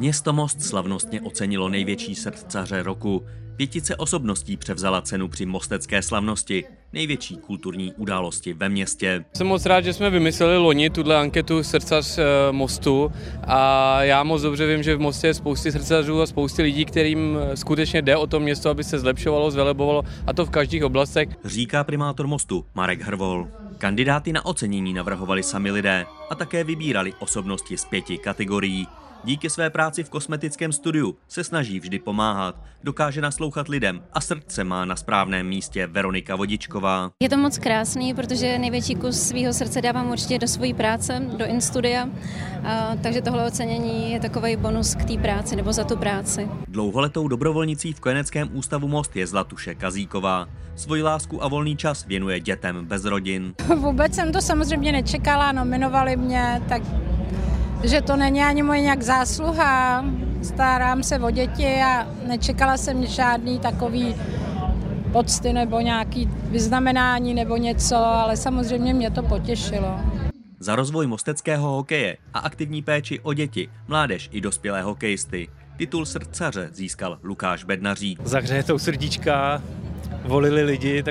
Město Most slavnostně ocenilo největší srdcaře roku. 500 osobností převzala cenu při mostecké slavnosti, největší kulturní události ve městě. Jsem moc rád, že jsme vymysleli loni tuhle anketu Srdcař Mostu a já moc dobře vím, že v Mostě je spousty srdcařů a spousty lidí, kterým skutečně jde o to město, aby se zlepšovalo, zvelebovalo, a to v každých oblastech. Říká primátor Mostu Marek Hrvol. Kandidáty na ocenění navrhovali sami lidé a také vybírali osobnosti z 5 kategorií. Díky své práci v kosmetickém studiu se snaží vždy pomáhat, dokáže naslouchat lidem a srdce má na správném místě Veronika Vodičková. Je to moc krásný, protože největší kus svého srdce dávám určitě do své práce, do InStudia, takže tohle ocenění je takový bonus k té práci nebo za tu práci. Dlouholetou dobrovolnicí v Kojeneckém ústavu Most je Zlatuše Kazíková. Svoji lásku a volný čas věnuje dětem bez rodin. Vůbec jsem to samozřejmě nečekala, nominovali mě, takže to není ani moje nějak zásluha. Starám se o děti a nečekala jsem žádný takový pocty nebo nějaký vyznamenání nebo něco, ale samozřejmě mě to potěšilo. Za rozvoj mosteckého hokeje a aktivní péči o děti, mládež i dospělé hokejisty titul srdcaře získal Lukáš Bednařík. Zahřejetou srdíčka volili lidi,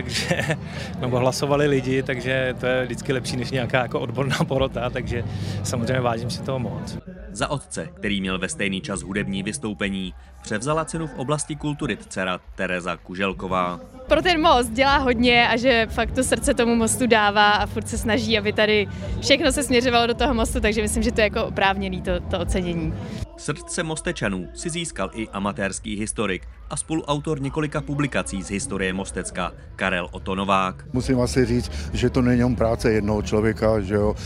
nebo hlasovali lidi, takže to je vždycky lepší než nějaká jako odborná porota, takže samozřejmě vážím si toho moc. Za otce, který měl ve stejný čas hudební vystoupení, převzala cenu v oblasti kultury dcera Tereza Kuželková. Pro ten most dělá hodně a že fakt to srdce tomu mostu dává a furt se snaží, aby tady všechno se směřovalo do toho mostu, takže myslím, že to je jako oprávněný to ocenění. Srdce Mostečanů si získal i amatérský historik a spoluautor několika publikací z historie Mostecka Karel Otto Novák. Musím asi říct, že to není jenom práce jednoho člověka, že jo.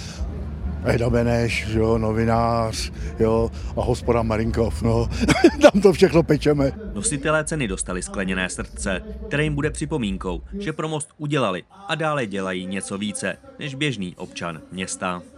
Eda Beneš, že jo, novinář, jo, a hospoda Marinkov, no, tam to všechno pečeme. Nositelé ceny dostali skleněné srdce, které jim bude připomínkou, že pro Most udělali a dále dělají něco více než běžný občan města.